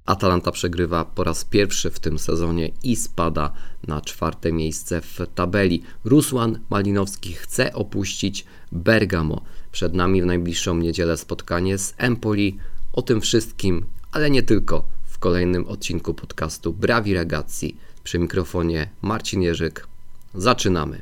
Atalanta przegrywa po raz pierwszy w tym sezonie i spada na 4. miejsce w tabeli. Rusłan Malinowski chce opuścić Bergamo. Przed nami w najbliższą niedzielę spotkanie z Empoli. O tym wszystkim, ale nie tylko, w kolejnym odcinku podcastu Bravi Ragazzi. Przy mikrofonie Marcin Jerzyk. Zaczynamy.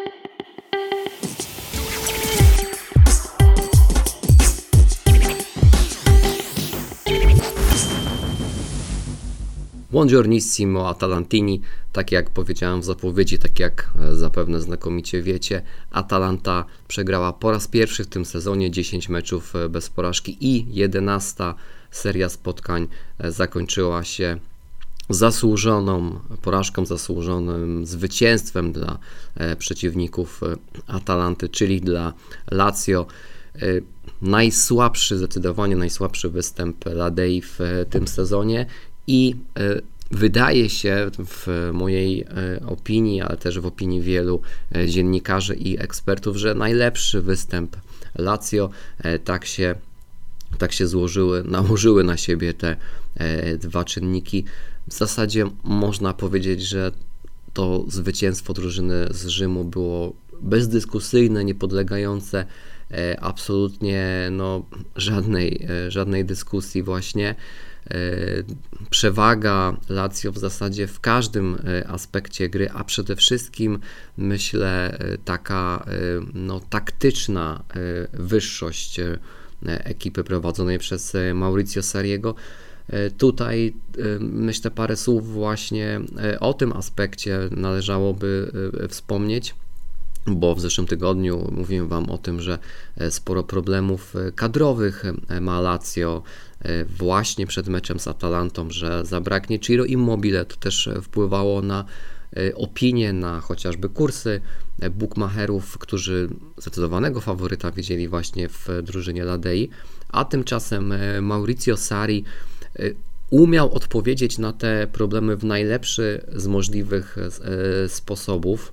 Buongiornissimo Atalantini, tak jak powiedziałem w zapowiedzi, tak jak zapewne znakomicie wiecie, Atalanta przegrała po raz pierwszy w tym sezonie 10 meczów bez porażki i 11 seria spotkań zakończyła się zasłużoną porażką, zasłużonym zwycięstwem dla przeciwników Atalanty, czyli dla Lazio. Zdecydowanie najsłabszy występ Ladei w tym sezonie. I wydaje się w mojej opinii, ale też w opinii wielu dziennikarzy i ekspertów, że najlepszy występ Lazio. Tak się nałożyły na siebie te dwa czynniki. W zasadzie można powiedzieć, że to zwycięstwo drużyny z Rzymu było bezdyskusyjne, niepodlegające absolutnie żadnej dyskusji właśnie. Przewaga Lazio w zasadzie w każdym aspekcie gry, a przede wszystkim myślę taka taktyczna wyższość ekipy prowadzonej przez Maurizio Sarriego. Tutaj myślę parę słów właśnie o tym aspekcie należałoby wspomnieć, bo w zeszłym tygodniu mówiłem Wam o tym, że sporo problemów kadrowych ma Lazio właśnie przed meczem z Atalantą, że zabraknie Ciro Immobile. To też wpływało na opinie, na chociażby kursy bookmacherów, którzy zdecydowanego faworyta widzieli właśnie w drużynie Ladei, a tymczasem Maurizio Sarri umiał odpowiedzieć na te problemy w najlepszy z możliwych sposobów.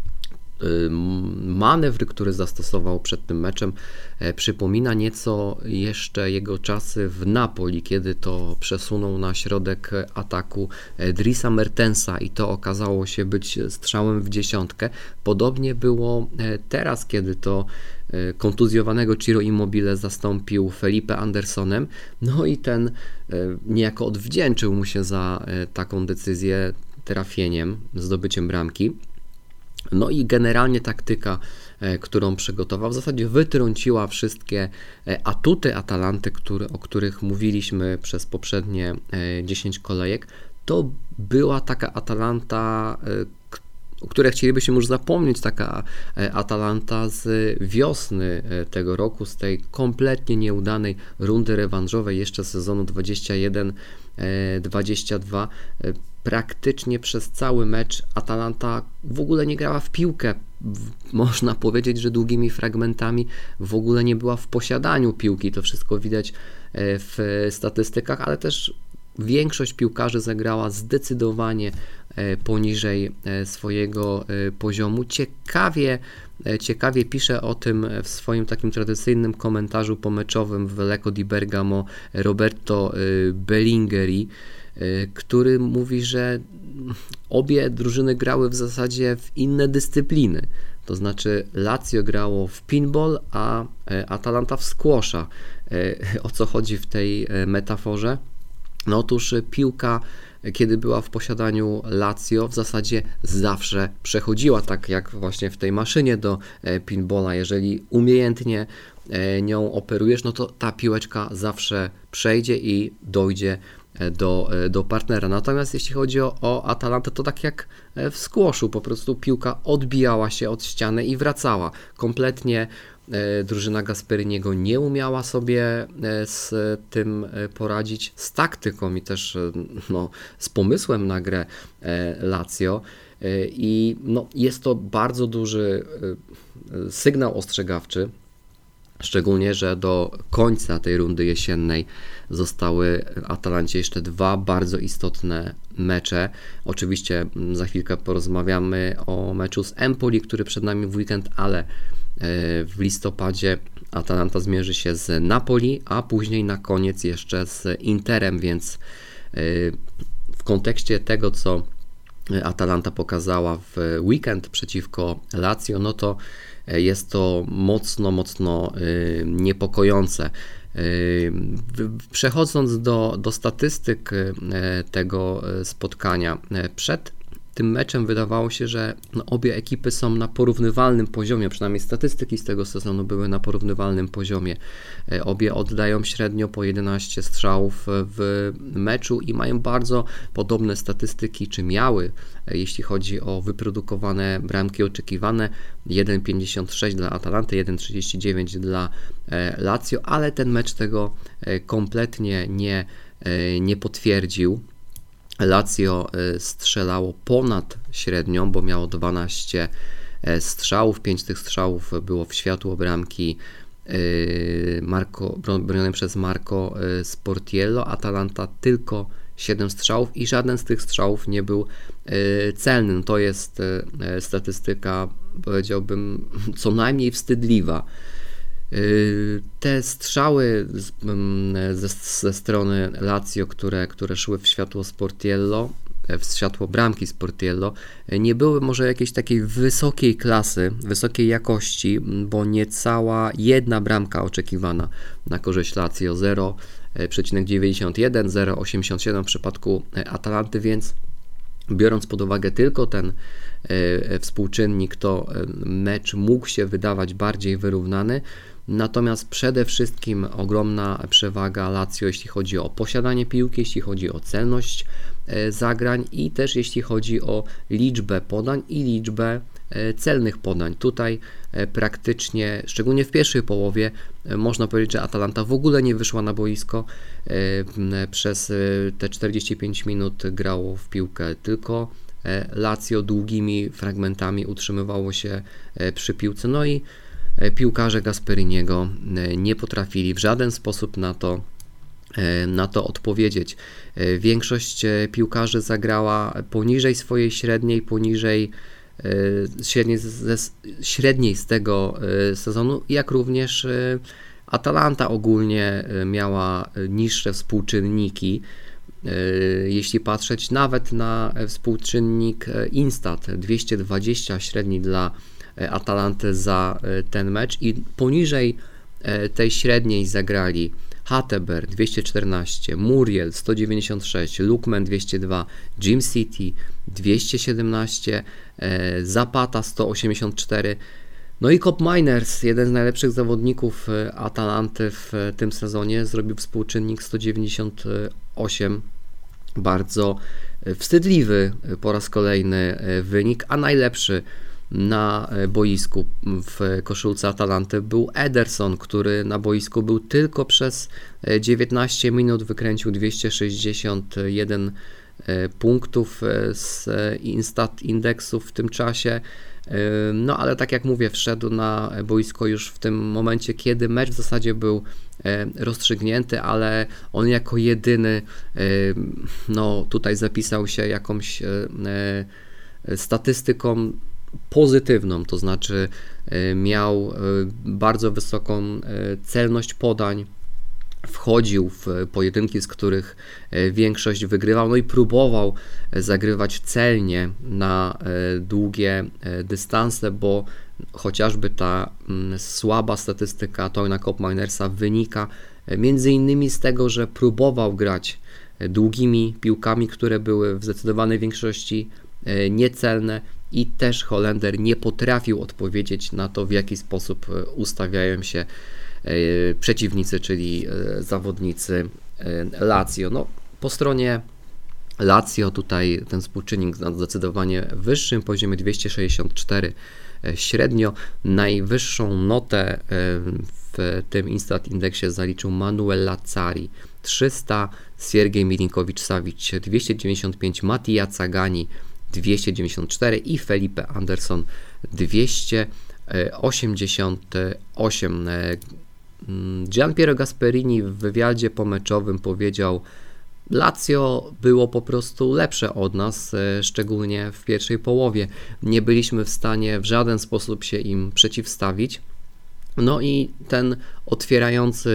Manewr, który zastosował przed tym meczem, przypomina nieco jeszcze jego czasy w Napoli, kiedy to przesunął na środek ataku Drisa Mertensa i to okazało się być strzałem w dziesiątkę. Podobnie było teraz, kiedy to kontuzjowanego Ciro Immobile zastąpił Felipe Andersonem, no i ten niejako odwdzięczył mu się za taką decyzję trafieniem, zdobyciem bramki. No i generalnie taktyka, którą przygotował, w zasadzie wytrąciła wszystkie atuty Atalanty, o których mówiliśmy przez poprzednie 10 kolejek. To była taka Atalanta, o której chcielibyśmy już zapomnieć, taka Atalanta z wiosny tego roku, z tej kompletnie nieudanej rundy rewanżowej jeszcze sezonu 21-22. Praktycznie przez cały mecz Atalanta w ogóle nie grała w piłkę. Można powiedzieć, że długimi fragmentami w ogóle nie była w posiadaniu piłki. To wszystko widać w statystykach, ale też większość piłkarzy zagrała zdecydowanie poniżej swojego poziomu. Ciekawie pisze o tym w swoim takim tradycyjnym komentarzu pomeczowym w Lecco di Bergamo Roberto Bellingeri, który mówi, że obie drużyny grały w zasadzie w inne dyscypliny. To znaczy Lazio grało w pinball, a Atalanta w squasha. O co chodzi w tej metaforze? No otóż piłka, kiedy była w posiadaniu Lazio, w zasadzie zawsze przechodziła, tak jak właśnie w tej maszynie do pinballa. Jeżeli umiejętnie nią operujesz, no to ta piłeczka zawsze przejdzie i dojdzie do partnera. Natomiast jeśli chodzi o Atalantę, to tak jak w squashu, po prostu piłka odbijała się od ściany i wracała. Kompletnie drużyna Gasperiniego nie umiała sobie z tym poradzić, z taktyką i też z pomysłem na grę Lazio. I jest to bardzo duży sygnał ostrzegawczy, szczególnie, że do końca tej rundy jesiennej zostały Atalancie jeszcze dwa bardzo istotne mecze. Oczywiście za chwilkę porozmawiamy o meczu z Empoli, który przed nami w weekend, ale w listopadzie Atalanta zmierzy się z Napoli, a później na koniec jeszcze z Interem, więc W kontekście tego, co Atalanta pokazała w weekend przeciwko Lazio, no to jest to mocno niepokojące. Przechodząc do statystyk tego spotkania, przed tym meczem wydawało się, że obie ekipy są na porównywalnym poziomie, przynajmniej statystyki z tego sezonu były na porównywalnym poziomie. Obie oddają średnio po 11 strzałów w meczu i mają bardzo podobne statystyki, czy miały, jeśli chodzi o wyprodukowane bramki oczekiwane. 1,56 dla Atalanty, 1,39 dla Lazio, ale ten mecz tego kompletnie nie potwierdził. Lazio strzelało ponad średnią, bo miało 12 strzałów, 5 tych strzałów było w światło bramki bronione przez Marco Sportiello. Atalanta tylko 7 strzałów i żaden z tych strzałów nie był celny. To jest statystyka, powiedziałbym, co najmniej wstydliwa. Te strzały ze strony Lazio, które szły w światło Sportiello, w światło bramki Sportiello, nie były może jakiejś takiej wysokiej klasy, wysokiej jakości, bo niecała jedna bramka oczekiwana na korzyść Lazio, 0,91, 0,87 w przypadku Atalanty, więc biorąc pod uwagę tylko ten współczynnik, to mecz mógł się wydawać bardziej wyrównany. Natomiast przede wszystkim ogromna przewaga Lazio, jeśli chodzi o posiadanie piłki, jeśli chodzi o celność zagrań i też jeśli chodzi o liczbę podań i liczbę celnych podań. Tutaj praktycznie, szczególnie w pierwszej połowie, można powiedzieć, że Atalanta w ogóle nie wyszła na boisko. Przez te 45 minut grało w piłkę tylko Lazio, długimi fragmentami utrzymywało się przy piłce, no i piłkarze Gasperiniego nie potrafili w żaden sposób na to odpowiedzieć. Większość piłkarzy zagrała poniżej swojej średniej, poniżej średniej z tego sezonu, jak również Atalanta ogólnie miała niższe współczynniki. Jeśli patrzeć nawet na współczynnik Instat, 220 średni dla Atalanty za ten mecz i poniżej tej średniej zagrali Hatteber 214, Muriel 196, Lookman 202, Jim City 217, Zapata 184. No i Kopp Miners, jeden z najlepszych zawodników Atalanty w tym sezonie, zrobił współczynnik 198. Bardzo wstydliwy po raz kolejny wynik, a najlepszy na boisku w koszulce Atalanty był Ederson, który na boisku był tylko przez 19 minut, wykręcił 261 punktów z Instat Indexu w tym czasie. No ale tak jak mówię, wszedł na boisko już w tym momencie, kiedy mecz w zasadzie był rozstrzygnięty, ale on jako jedyny no tutaj zapisał się jakąś statystyką pozytywną, to znaczy miał bardzo wysoką celność podań, wchodził w pojedynki, z których większość wygrywał, no i próbował zagrywać celnie na długie dystanse, bo chociażby ta słaba statystyka Toyna Kopp Minersa wynika między innymi z tego, że próbował grać długimi piłkami, które były w zdecydowanej większości niecelne i też Holender nie potrafił odpowiedzieć na to, w jaki sposób ustawiają się przeciwnicy, czyli zawodnicy Lazio. No, po stronie Lazio tutaj ten współczynnik na zdecydowanie wyższym poziomie, 264 średnio. Najwyższą notę w tym Instat Indeksie zaliczył Manuel Lazzari 300, Siergiej Milinkowicz-Savic 295, Mattia Zagani 294 i Felipe Anderson 288. Gianpiero Gasperini w wywiadzie pomeczowym powiedział: Lazio było po prostu lepsze od nas, szczególnie w pierwszej połowie. Nie byliśmy w stanie w żaden sposób się im przeciwstawić. No i ten otwierający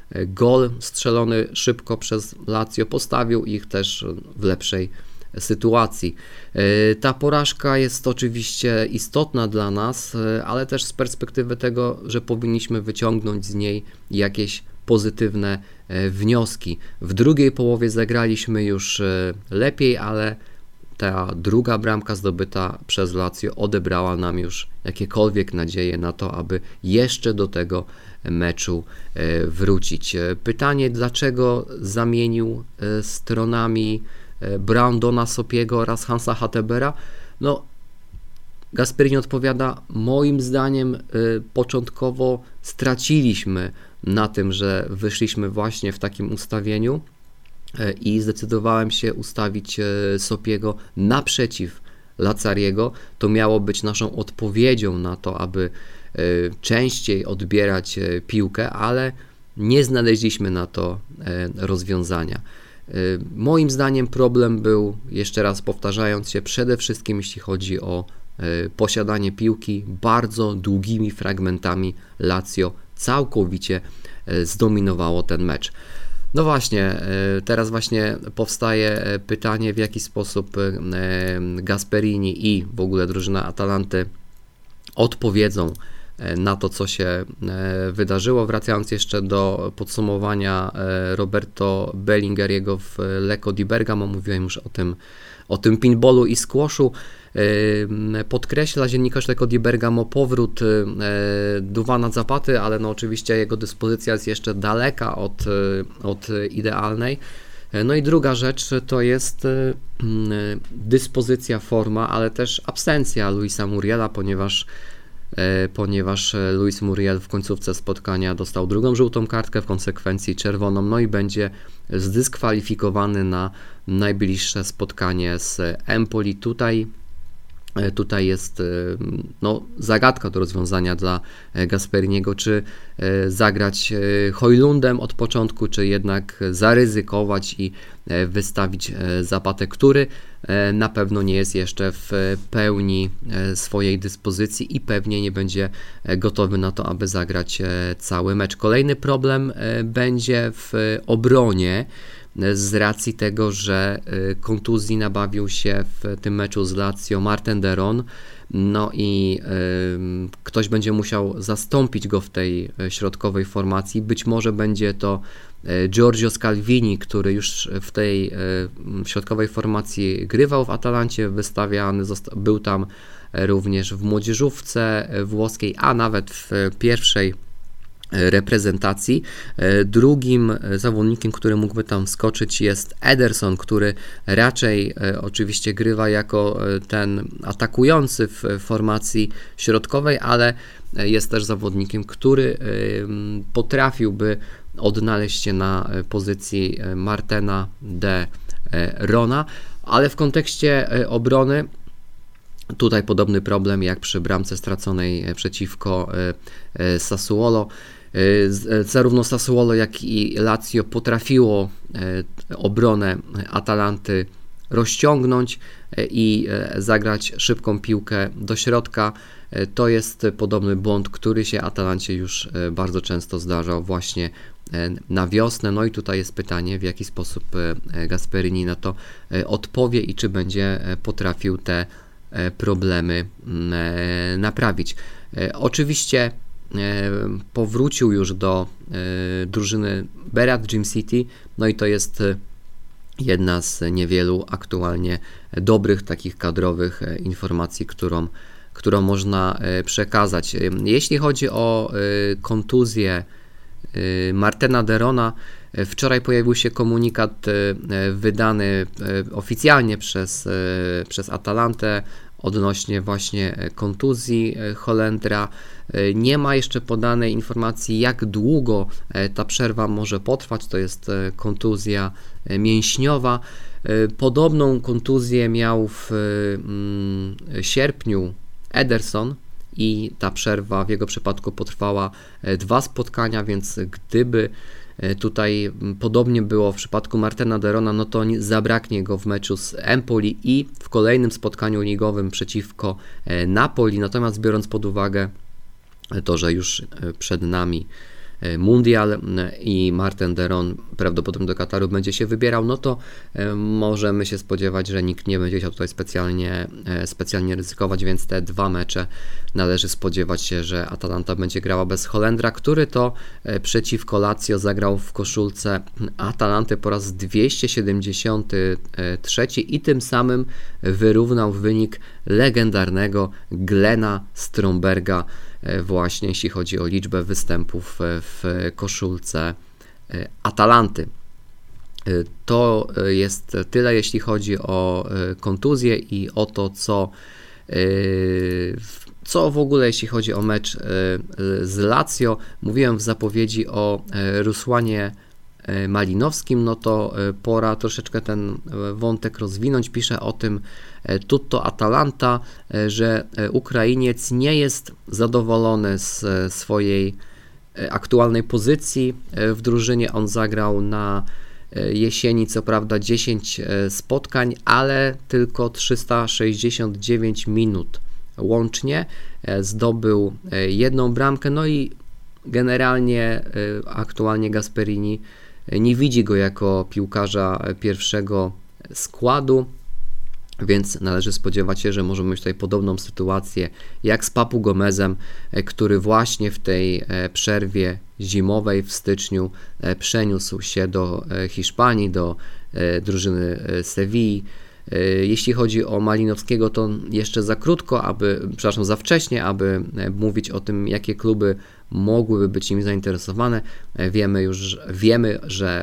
gol strzelony szybko przez Lazio postawił ich też w lepszej sytuacji. Ta porażka jest oczywiście istotna dla nas, ale też z perspektywy tego, że powinniśmy wyciągnąć z niej jakieś pozytywne wnioski. W drugiej połowie zagraliśmy już lepiej, ale ta druga bramka zdobyta przez Lazio odebrała nam już jakiekolwiek nadzieje na to, aby jeszcze do tego meczu wrócić. Pytanie, dlaczego zamienił stronami Brandona Sopiego oraz Hansa Hattebera? No, Gasperini odpowiada, moim zdaniem początkowo straciliśmy na tym, że wyszliśmy właśnie w takim ustawieniu i zdecydowałem się ustawić Sopiego naprzeciw Lazzariego. To miało być naszą odpowiedzią na to, aby częściej odbierać piłkę, ale nie znaleźliśmy na to rozwiązania. Moim zdaniem problem był, jeszcze raz powtarzając się, przede wszystkim jeśli chodzi o posiadanie piłki, bardzo długimi fragmentami Lazio całkowicie zdominowało ten mecz. No właśnie, teraz właśnie powstaje pytanie, w jaki sposób Gasperini i w ogóle drużyna Atalanty odpowiedzą na to, co się wydarzyło. Wracając jeszcze do podsumowania Roberto Bellingeriego w Lecco di Bergamo, mówiłem już o tym pinballu i squashu. Podkreśla dziennikarz Lecco di Bergamo powrót Duvana Zapaty, ale no oczywiście jego dyspozycja jest jeszcze daleka od idealnej. No i druga rzecz to jest dyspozycja, forma, ale też absencja Luisa Muriela, ponieważ Luis Muriel w końcówce spotkania dostał drugą żółtą kartkę, w konsekwencji czerwoną, no i będzie zdyskwalifikowany na najbliższe spotkanie z Empoli. Tutaj jest zagadka do rozwiązania dla Gasperiniego, czy zagrać Højlundem od początku, czy jednak zaryzykować i wystawić Zapatę, który na pewno nie jest jeszcze w pełni swojej dyspozycji i pewnie nie będzie gotowy na to, aby zagrać cały mecz. Kolejny problem będzie w obronie, z racji tego, że kontuzji nabawił się w tym meczu z Lazio Marten de Roon, no i ktoś będzie musiał zastąpić go w tej środkowej formacji. Być może będzie to Giorgio Scalvini, który już w tej środkowej formacji grywał w Atalancie, wystawiany był tam również w młodzieżówce włoskiej, a nawet w pierwszej reprezentacji. Drugim zawodnikiem, który mógłby tam wskoczyć, jest Ederson, który raczej oczywiście grywa jako ten atakujący w formacji środkowej, ale jest też zawodnikiem, który potrafiłby odnaleźć się na pozycji Martena de Roona, ale w kontekście obrony tutaj podobny problem jak przy bramce straconej przeciwko Sassuolo. Zarówno Sassuolo, jak i Lazio potrafiło obronę Atalanty rozciągnąć i zagrać szybką piłkę do środka. To jest podobny błąd, który się Atalancie już bardzo często zdarzał właśnie na wiosnę. No i tutaj jest pytanie, w jaki sposób Gasperini na to odpowie i czy będzie potrafił te problemy naprawić. Oczywiście powrócił już do drużyny Berat Gym City, no i to jest jedna z niewielu aktualnie dobrych takich kadrowych informacji, którą można przekazać. Jeśli chodzi o kontuzję Martena de Roona, wczoraj pojawił się komunikat wydany oficjalnie przez Atalantę odnośnie właśnie kontuzji Holendra. Nie ma jeszcze podanej informacji, jak długo ta przerwa może potrwać. To jest kontuzja mięśniowa. Podobną kontuzję miał w sierpniu Ederson i ta przerwa w jego przypadku potrwała 2 spotkania, więc gdyby tutaj podobnie było w przypadku Martena de Roona, no to zabraknie go w meczu z Empoli i w kolejnym spotkaniu ligowym przeciwko Napoli. Natomiast biorąc pod uwagę to, że już przed nami Mundial i Marten de Roon prawdopodobnie do Kataru będzie się wybierał, no to możemy się spodziewać, że nikt nie będzie chciał tutaj specjalnie ryzykować, więc te 2 mecze należy spodziewać się, że Atalanta będzie grała bez Holendra, który to przeciwko Lazio zagrał w koszulce Atalanty po raz 273 i tym samym wyrównał wynik legendarnego Glena Stromberga właśnie jeśli chodzi o liczbę występów w koszulce Atalanty. To jest tyle, jeśli chodzi o kontuzję i o to, co w ogóle jeśli chodzi o mecz z Lazio. Mówiłem w zapowiedzi o Rusłanie Malinowskim, no to pora troszeczkę ten wątek rozwinąć. Pisze o tym Tutto Atalanta, że Ukrainiec nie jest zadowolony z swojej aktualnej pozycji w drużynie. On zagrał na jesieni co prawda 10 spotkań, ale tylko 369 minut łącznie. Zdobył 1 bramkę, no i generalnie aktualnie Gasperini nie widzi go jako piłkarza pierwszego składu, więc należy spodziewać się, że możemy mieć tutaj podobną sytuację jak z Papu Gomezem, który właśnie w tej przerwie zimowej w styczniu przeniósł się do Hiszpanii, do drużyny Sewilli. Jeśli chodzi o Malinowskiego, to jeszcze za wcześnie, aby mówić o tym, jakie kluby mogłyby być nim zainteresowane. Wiemy, że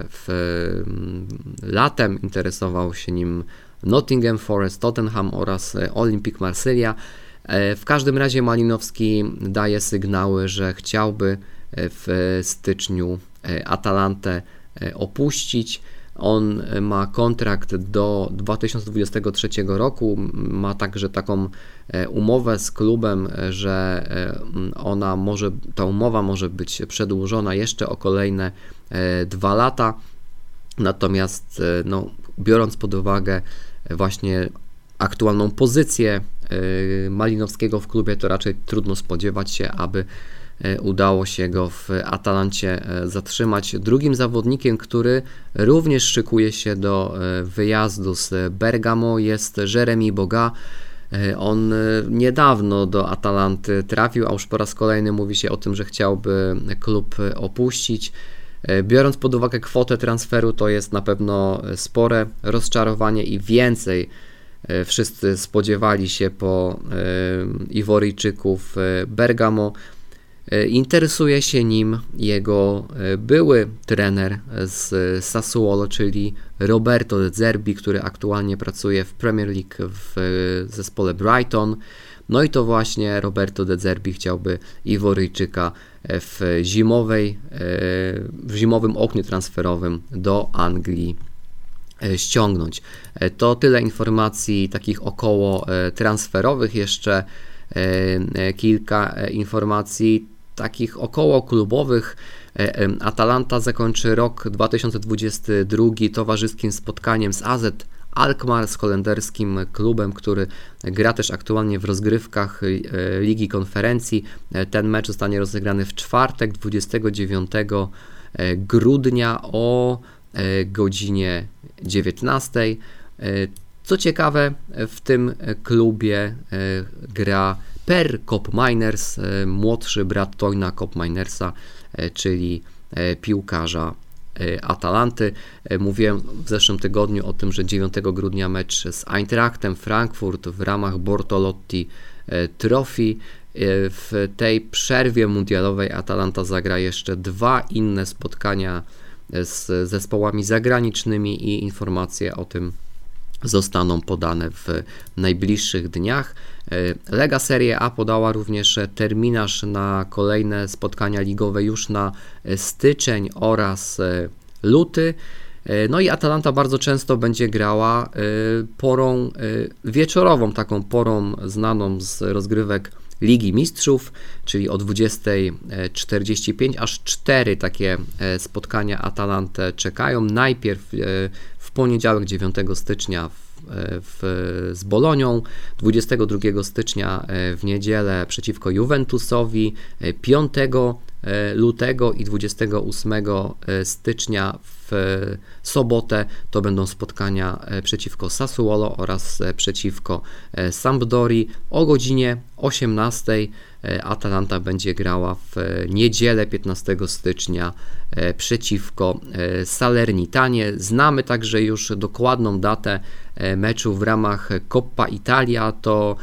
latem interesował się nim Nottingham Forest, Tottenham oraz Olympique Marsylia. W każdym razie Malinowski daje sygnały, że chciałby w styczniu Atalantę opuścić. On ma kontrakt do 2023 roku, ma także taką umowę z klubem, że ta umowa może być przedłużona jeszcze o kolejne 2 lata, natomiast biorąc pod uwagę właśnie aktualną pozycję Malinowskiego w klubie, to raczej trudno spodziewać się, aby udało się go w Atalancie zatrzymać. Drugim zawodnikiem, który również szykuje się do wyjazdu z Bergamo, jest Jeremy Boga. On niedawno do Atalanty trafił, a już po raz kolejny mówi się o tym, że chciałby klub opuścić. Biorąc pod uwagę kwotę transferu, to jest na pewno spore rozczarowanie i więcej wszyscy spodziewali się po Iworyjczyku w Bergamo. Interesuje się nim jego były trener z Sassuolo, czyli Roberto De Zerbi, który aktualnie pracuje w Premier League w zespole Brighton. No i to właśnie Roberto De Zerbi chciałby Iworyjczyka w zimowym oknie transferowym do Anglii ściągnąć. To tyle informacji takich około transferowych. Jeszcze kilka informacji takich około klubowych. Atalanta zakończy rok 2022 towarzyskim spotkaniem z AZ Alkmaar, z holenderskim klubem, który gra też aktualnie w rozgrywkach Ligi Konferencji. Ten mecz zostanie rozegrany w czwartek 29 grudnia o godzinie 19. Co ciekawe, w tym klubie gra Per Koopmeiners, młodszy brat Toyna Koopmeinersa, czyli piłkarza Atalanty. Mówiłem w zeszłym tygodniu o tym, że 9 grudnia mecz z Eintrachtem Frankfurt w ramach Bortolotti Trophy. W tej przerwie mundialowej Atalanta zagra jeszcze 2 inne spotkania z zespołami zagranicznymi i informacje o tym zostaną podane w najbliższych dniach. Lega Serie A podała również terminarz na kolejne spotkania ligowe już na styczeń oraz luty. No i Atalanta bardzo często będzie grała porą wieczorową, taką porą znaną z rozgrywek Ligi Mistrzów, czyli o 20:45, aż 4 takie spotkania Atalantę czekają. Najpierw w poniedziałek 9 stycznia z Bolonią, 22 stycznia w niedzielę przeciwko Juventusowi, 5 lutego i 28 stycznia w sobotę to będą spotkania przeciwko Sassuolo oraz przeciwko Sampdori. O godzinie 18 Atalanta będzie grała w niedzielę 15 stycznia przeciwko Salernitanie. Znamy także już dokładną datę meczu w ramach Coppa Italia. To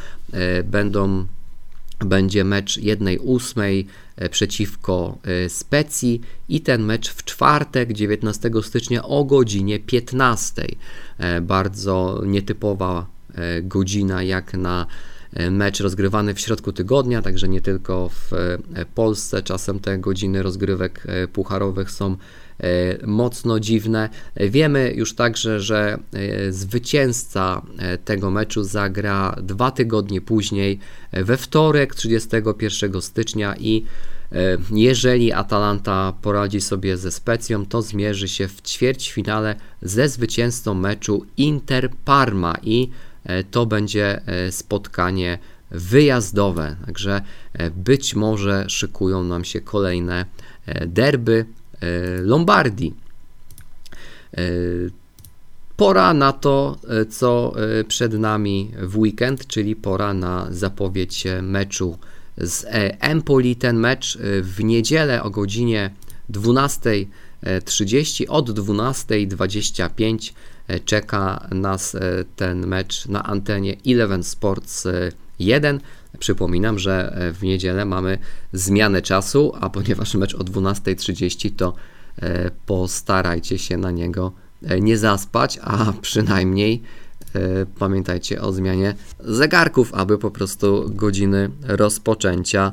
będzie mecz 1/8 przeciwko Specji i ten mecz w czwartek 19 stycznia o godzinie 15. Bardzo nietypowa godzina jak na mecz rozgrywany w środku tygodnia, także nie tylko w Polsce czasem te godziny rozgrywek pucharowych są mocno dziwne. Wiemy już także, że zwycięzca tego meczu zagra 2 tygodnie później, we wtorek 31 stycznia i jeżeli Atalanta poradzi sobie ze Specją, to zmierzy się w ćwierćfinale ze zwycięzcą meczu Inter-Parma i to będzie spotkanie wyjazdowe, także być może szykują nam się kolejne derby Lombardii. Pora na to, co przed nami w weekend, czyli pora na zapowiedź meczu z Empoli. Ten mecz w niedzielę o godzinie 12:30, od 12:25 czeka nas ten mecz na antenie Eleven Sports 1. Przypominam, że w niedzielę mamy zmianę czasu, a ponieważ mecz o 12:30, to postarajcie się na niego nie zaspać, a przynajmniej pamiętajcie o zmianie zegarków, aby po prostu godziny rozpoczęcia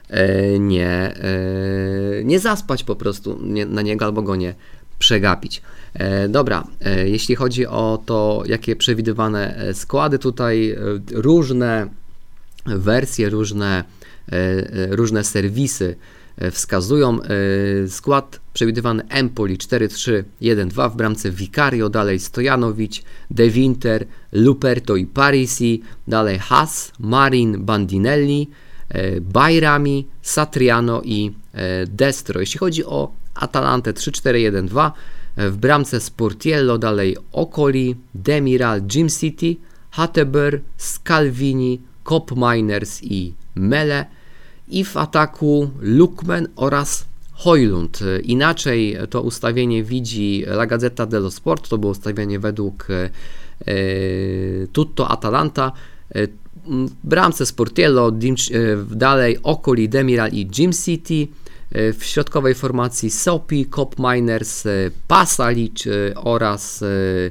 nie zaspać po prostu na niego albo go nie przegapić. Dobra, jeśli chodzi o to, jakie przewidywane składy, tutaj różne wersje, różne serwisy wskazują skład przewidywany: Empoli 4-3-1-2, w bramce Vicario, dalej Stojanovic, De Winter, Luperto i Parisi, dalej Haas, Marin, Bandinelli, Bajrami, Satriano i Destro. Jeśli chodzi o Atalantę 3-4-1-2, w bramce Sportiello, dalej Okoli, Demiral, Jim City, Hatteber, Scalvini, Kopp Miners i Mele, i w ataku Lookman oraz Højlund. Inaczej to ustawienie widzi La Gazzetta dello Sport, to było ustawienie według Tutto Atalanta. W bramce Sportiello, dalej Okoli, Demiral i Jim City. W środkowej formacji Sopi, Kopp Miners, Pasalic oraz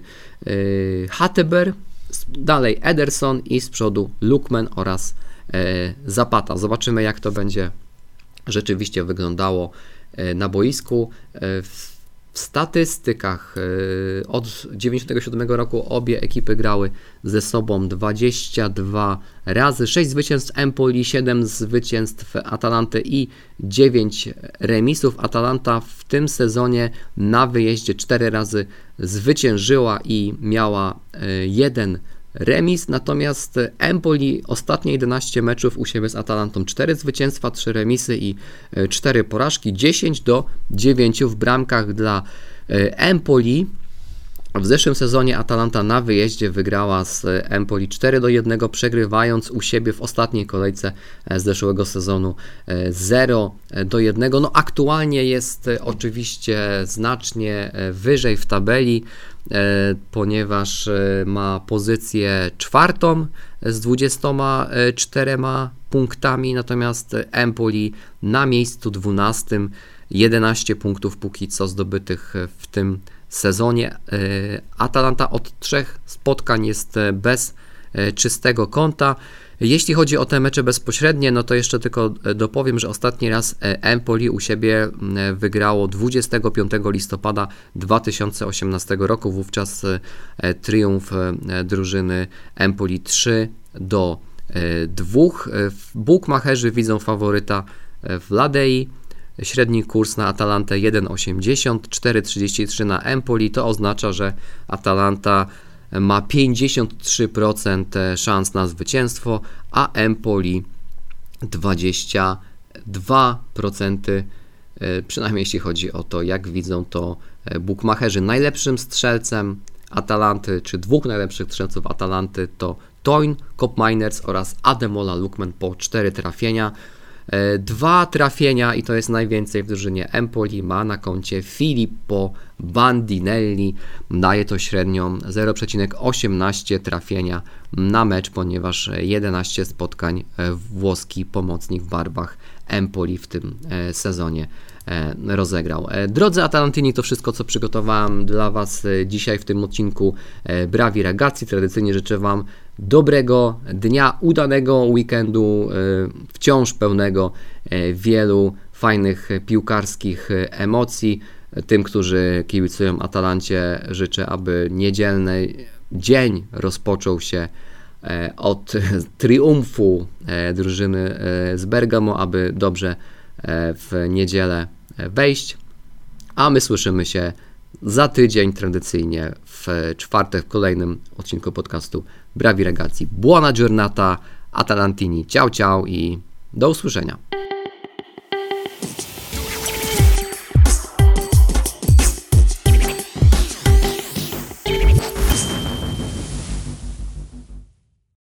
Hatteber. Dalej Ederson i z przodu Lookman oraz Zapata. Zobaczymy, jak to będzie rzeczywiście wyglądało na boisku. W statystykach od 1997 roku obie ekipy grały ze sobą 22 razy, 6 zwycięstw Empoli, 7 zwycięstw Atalanty i 9 remisów. Atalanta w tym sezonie na wyjeździe 4 razy zwyciężyła i miała 1 remis, natomiast Empoli ostatnie 11 meczów u siebie z Atalantą 4 zwycięstwa, 3 remisy i 4 porażki, 10-9 w bramkach dla Empoli. W zeszłym sezonie Atalanta na wyjeździe wygrała z Empoli 4-1, przegrywając u siebie w ostatniej kolejce z zeszłego sezonu 0-1. No, aktualnie jest oczywiście znacznie wyżej w tabeli, ponieważ ma pozycję 4. z 24 punktami, natomiast Empoli na miejscu 12, 11 punktów póki co zdobytych w tym sezonie. Atalanta od 3 spotkań jest bez czystego konta. Jeśli chodzi o te mecze bezpośrednie, no to jeszcze tylko dopowiem, że ostatni raz Empoli u siebie wygrało 25 listopada 2018 roku. Wówczas triumf drużyny Empoli 3-2. Bukmacherzy widzą faworyta w Ladei. Średni kurs na Atalantę 1,80, 4,33 na Empoli. To oznacza, że Atalanta ma 53% szans na zwycięstwo, a Empoli 22% przynajmniej jeśli chodzi o to, jak widzą to bookmacherzy. Najlepszym strzelcem Atalanty, czy dwóch najlepszych strzelców Atalanty to Toyn, Koopmeiners oraz Ademola Lookman po 4 trafienia. 2 trafienia i to jest najwięcej w drużynie Empoli ma na koncie Filippo Bandinelli. Daje to średnią 0,18 trafienia na mecz, ponieważ 11 spotkań włoski pomocnik w barwach Empoli w tym sezonie rozegrał. Drodzy Atalantini, to wszystko, co przygotowałem dla Was dzisiaj w tym odcinku Bravi Ragazzi. Tradycyjnie życzę Wam dobrego dnia, udanego weekendu, wciąż pełnego wielu fajnych piłkarskich emocji. Tym, którzy kibicują Atalancie, życzę, aby niedzielny dzień rozpoczął się od triumfu drużyny z Bergamo, aby dobrze w niedzielę wejść, a my słyszymy się za tydzień tradycyjnie w czwartek w kolejnym odcinku podcastu Bravi Ragazzi. Buona giornata Atalantini, ciao ciao i do usłyszenia.